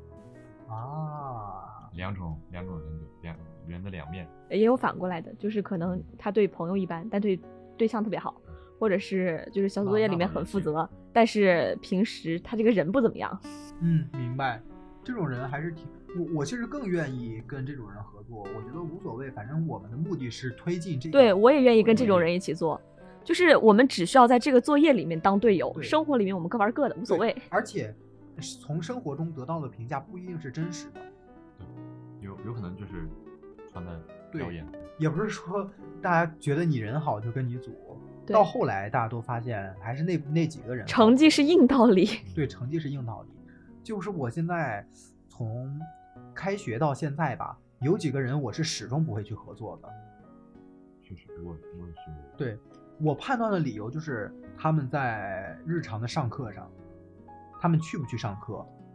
啊。两种人的2面。 也有反过来的，就是可能他对朋友一般，但对对象特别好，或者是就是小组作业里面很负责，但是平时他这个人不怎么样。 明白。这种人还是我其实更愿意跟这种人合作，我觉得无所谓，反正我们的目的是推进这个。 对，我也愿意跟这种人一起做，就是我们只需要在这个作业里面当队友，生活里面我们各玩各的，无所谓。 而且从生活中得到的评价不一定是真实的， 有可能就是传的谣言， 也不是说大家觉得你人好就跟你组，到后来大家都发现还是那几个人好。 成绩是硬道理。 对，成绩是硬道理。就是我现在从开学到现在吧，有几个人我是始终不会去合作的。 确实，我也是。 对，我判断的理由就是他们在日常的上课上，他们去不去上课，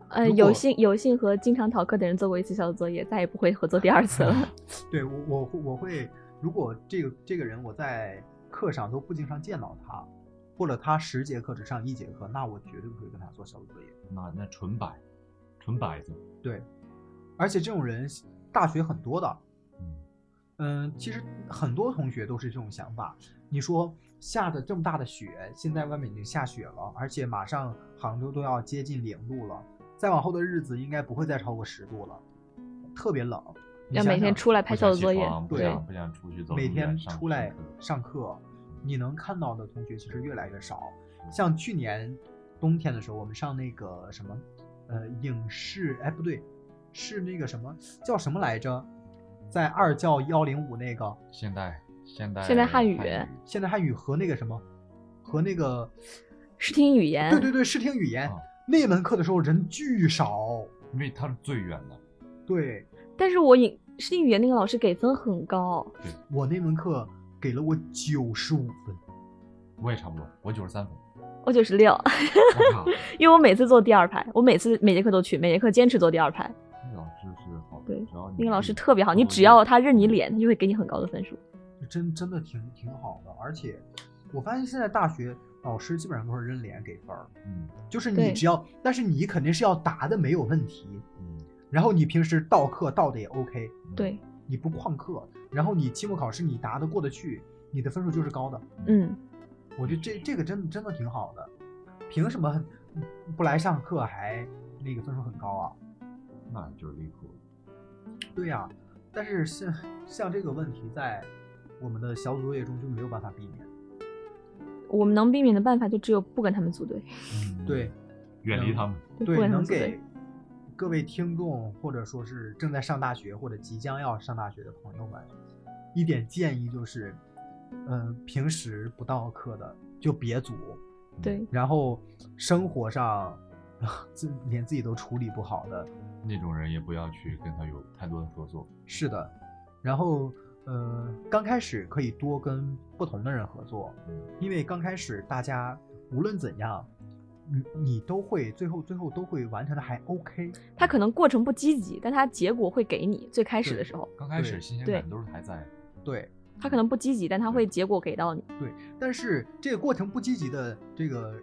有幸和经常逃课的人做过一次小组作业，再也不会合作第2次了。 对，我会，如果这个人我在课上都不经常见到他，或者他10节课只上1节课，那我绝对不会跟他做小组作业。 那纯白子。 对，而且这种人大学很多的。其实很多同学都是这种想法。你说下的这么大的雪，现在外面已经下雪了，而且马上杭州都要接近0度了，再往后的日子应该不会再超过10度了，特别冷。 要每天出来拍小组作业， 对，不想出去走， 每天出来上课，你能看到的同学其实越来越少。像去年冬天的时候，我们上那个什么，影视，不对，是那个什么叫什么来着？在2教105那个现代汉语， 现代汉语和那个什么，和那个视听语言， 对，视听语言，那门课的时候人巨少， 因为它是最远的。 对， 但是我视听语言那个老师给分很高， 对，我那门课给了我95分， 我也差不多，我93分， 我96，因为我每次坐第2排，我每节课都去，每节课坚持坐第2排。 那个老师是好的， 对，那个老师特别好，你只要他认你脸，他就会给你很高的分数。 真的挺好的，而且我发现现在大学老师基本上都是认脸给分儿，就是你只要，但是你肯定是要答的没有问题，然后你平时到课到的也 OK， 对， 你不旷课，然后你期末考试你答得过得去，你的分数就是高的，我觉得这个真的挺好的，凭什么不来上课还那个分数很高啊？ 那就是离谱。 对呀，但是像这个问题在我们的小组作业中就没有办法避免。 我们能避免的办法就只有不跟他们组队。 对， 远离他们。 对，能给各位听众或者说是正在上大学或者即将要上大学的朋友们一点建议就是，平时不到课的就别组。 对。 然后生活上连自己都处理不好的那种人也不要去跟他有太多的合作。 是的，然后刚开始可以多跟不同的人合作，因为刚开始大家无论怎样，你都会最后都会完成的还 OK。 他可能过程不积极，但他结果会给你。最开始的时候， 刚开始新鲜感都是还在。 对， 他可能不积极，但他会结果给到你。 对，但是这个过程不积极的这个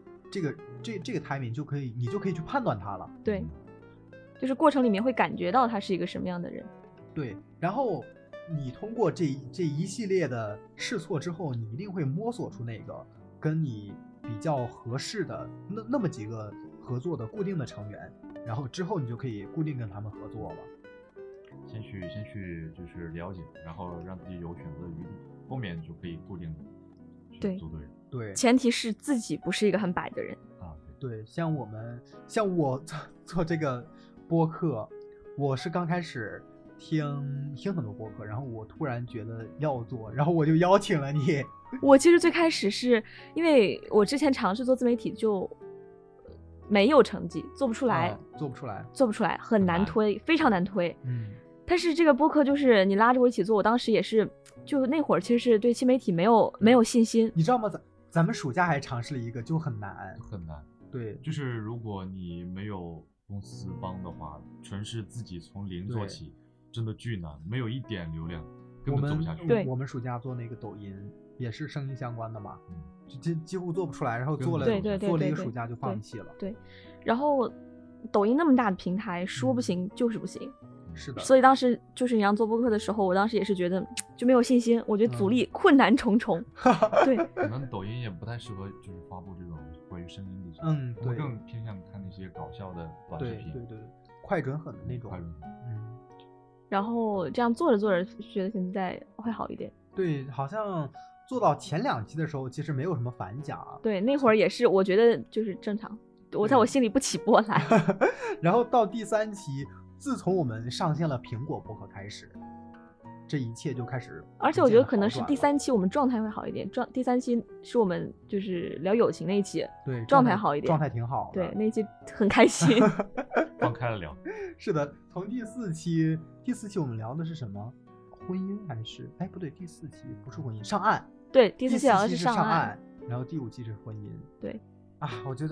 timing 你就可以去判断它了。 对，就是过程里面会感觉到他是一个什么样的人。 对，然后你通过这一系列的试错之后，你一定会摸索出那个跟你比较合适的那么几个合作的固定的成员，然后之后你就可以固定跟他们合作了。 先去就是了解，然后让自己有选择的余地，后面就可以固定的组队。 对， 前提是自己不是一个很摆的人啊。 对，像我做这个播客，我是刚开始听很多播客，然后我突然觉得要做，然后我就邀请了你。 我其实最开始是因为我之前尝试做自媒体就没有成绩，做不出来，很难推，非常难推。但是这个播客就是你拉着我一起做，我当时也是，就那会儿其实是对新媒体没有信心。 你知道吗？咱们暑假还尝试了一个，就很难。对， 就是如果你没有公司帮的话，纯是自己从零做起，真的巨难，没有一点流量，根本做不下去。 我们暑假做那个抖音也是声音相关的嘛，几乎做不出来，然后做了一个暑假就放弃了。 对，然后抖音那么大的平台，说不行就是不行。 是的， 所以当时就是你让做播客的时候，我当时也是觉得就没有信心，我觉得阻力困难重重。对， 可能抖音也不太适合就是发布这种关于声音的。我更偏向看那些搞笑的短视频。 对，快准狠的那种。 然后这样做着做着，觉得现在会好一点。 对，好像做到前2期的时候，其实没有什么反响。 对，那会儿也是，我觉得就是正常，我在我心里不起波澜。 然后到第3期。自从我们上线了苹果播客开始，这一切就开始。 而且我觉得可能是第3期我们状态会好一点。第3期是我们就是聊友情那一期， 对， 状态好一点， 状态挺好的。 对，那一期很开心， 放开了聊。 是的，从第4期我们聊的是什么？婚姻还是？不对，第4期不是婚姻，上岸。 对，第4期聊的是上岸，然后第5期是婚姻。 对。 我觉得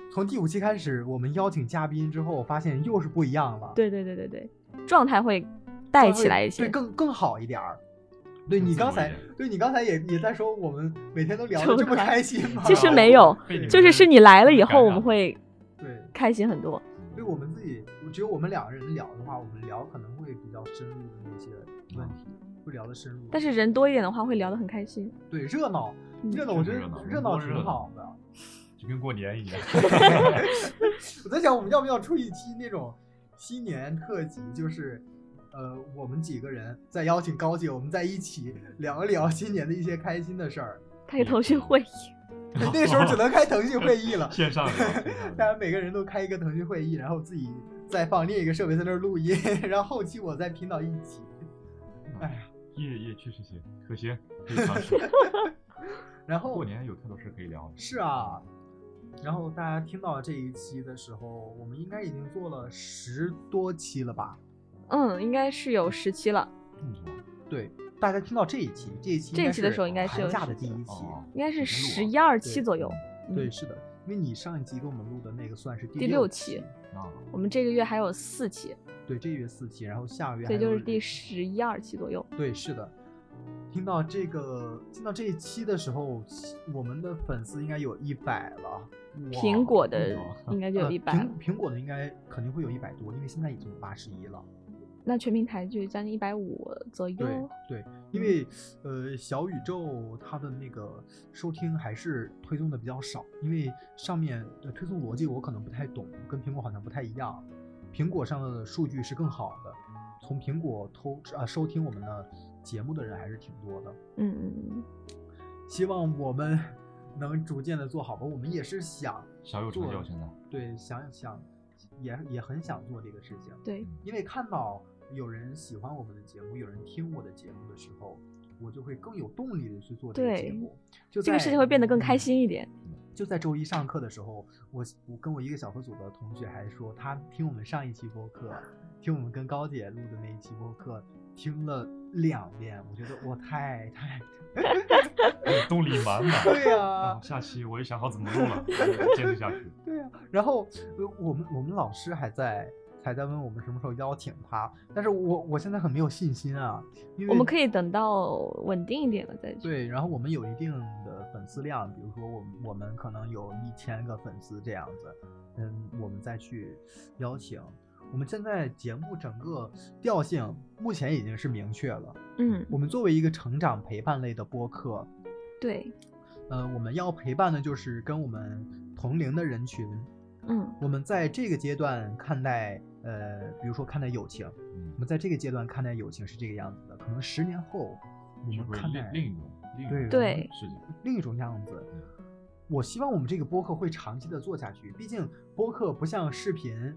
从第5期开始，我们邀请嘉宾之后，发现又是不一样了。 对，状态会带起来一些， 对，更好一点。对你刚才也在说我们每天都聊得这么开心吗？ 其实没有，就是你来了以后，我们会开心很多。 对我们自己，只有我们2个人聊的话，我们聊可能会比较深入的那些问题，会聊得深入。 但是人多一点的话，会聊得很开心。 对，热闹，我觉得热闹挺好的， 就跟过年一样。 我在想，我们要不要出一期那种新年特辑，就是我们几个人再邀请高姐，我们在一起聊一聊新年的一些开心的事儿， 开腾讯会议。 那时候只能开腾讯会议了， 线上的， 大家每个人都开一个腾讯会议，然后自己再放另一个设备在那儿录音，然后后期我再拼到一起。哎呀， 也确实行，可行，可以尝试。 然后过年有太多事可以聊。 是啊，然后大家听到这一期的时候，我们应该已经做了10多期了吧？ 应该是有10期了。 对。大家听到这一期的时候应该是寒假的第1期， 应该是11、12期左右。 对，是的，因为你上一集给我们录的那个算是第6期，我们这个月还有4期。 对，这个月4期，然后下个月对，就是第11、12期左右。 对，是的。听到这一期的时候，我们的粉丝应该有100了。 苹果的应该就有100。 苹果的应该肯定会有100多，因为现在已经81了。 那全平台就将近150左右。 对，因为小宇宙它的那个收听还是推送的比较少，因为上面推送逻辑我可能不太懂，跟苹果好像不太一样。苹果上的数据是更好的，从苹果收听我们的节目的人还是挺多的。希望我们能逐渐的做好吧。我们也是想小有成就，现在对想也很想做这个事情。 对， 因为看到有人喜欢我们的节目，有人听我的节目的时候，我就会更有动力的去做这个节目。就这个事情会变得更开心一点。 就在周一上课的时候，我跟我一个小合组的同学还说，他听我们上一期播客，听我们跟高姐录的那一期播客，听了2遍，我觉得我太动力满满。 对呀， 下期我也想好怎么录了，坚持下去。 对呀，然后我们老师还在问我们什么时候邀请他，但是我现在很没有信心啊，因为我们可以等到稳定一点了再去。 对，然后我们有一定的粉丝量，比如说我们可能有1000个粉丝这样子，我们再去邀请。我们现在节目整个调性目前已经是明确了。我们作为一个成长陪伴类的播客， 对， 我们要陪伴的就是跟我们同龄的人群。我们在这个阶段看待比如说看待友情，我们在这个阶段看待友情是这个样子的，可能10年后我们看待另一种样子。 我希望我们这个播客会长期的做下去，毕竟播客不像视频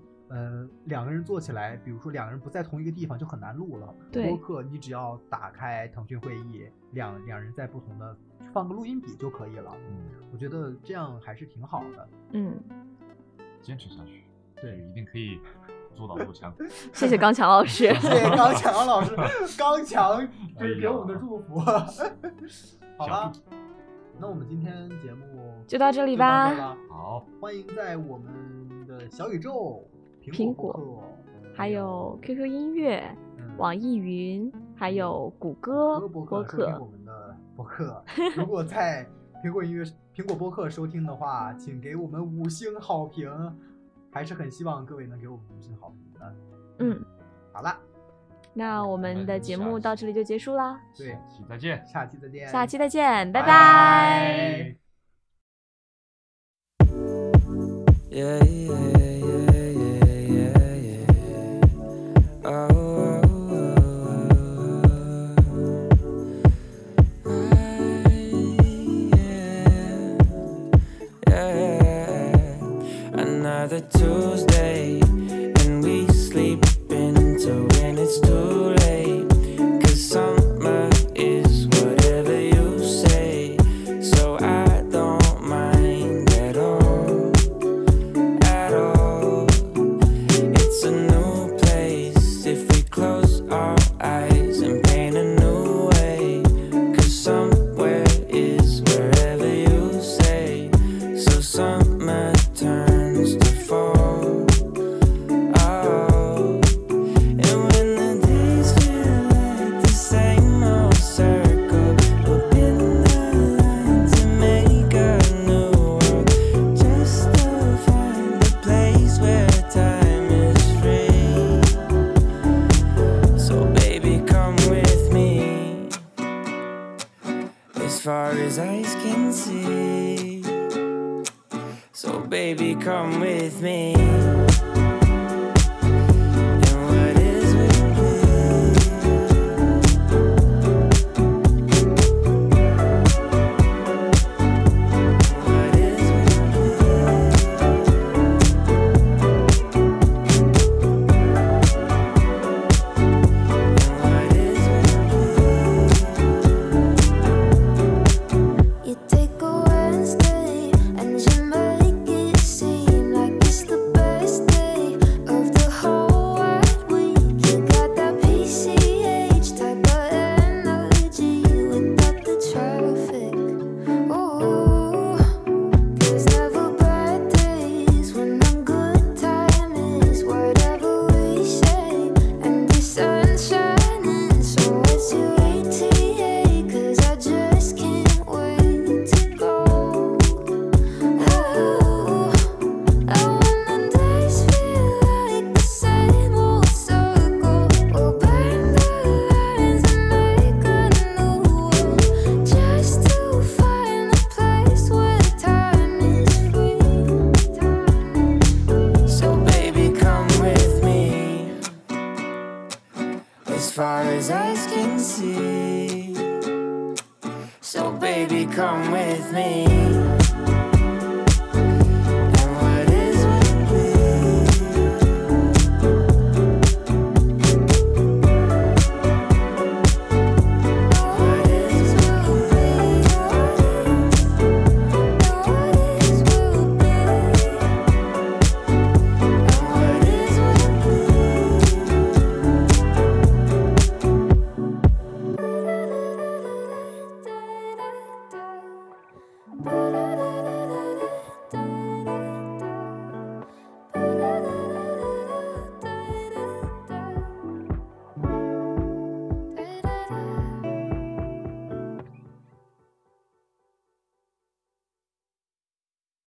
，2个人做起来，比如说2个人不在同一个地方就很难录了。播客你只要打开腾讯会议，两人在不同的放个录音笔就可以了。我觉得这样还是挺好的。 坚持下去，对，一定可以做到路强。 谢谢刚强老师， 谢谢刚强老师，刚强给我们的祝福。好了，那我们今天节目就到这里吧。 好， 欢迎在我们的小宇宙、 苹果，还有 QQ 音乐、网易云，还有谷歌播客我们的播客。如果在苹果播客收听的话，请给我们5星好评，还是很希望各位能给我们5星好评的。好了， 那我们的节目到这里就结束啦。 对， 下期再见， 下期再见，拜拜。 Another Tuesday, and we sleeping until when it's too late. 'Cause summer is whatever you say, so I don't mind at all, at all. far as eyes can see. So baby, come with me. Far as eyes can see. So baby, come with me.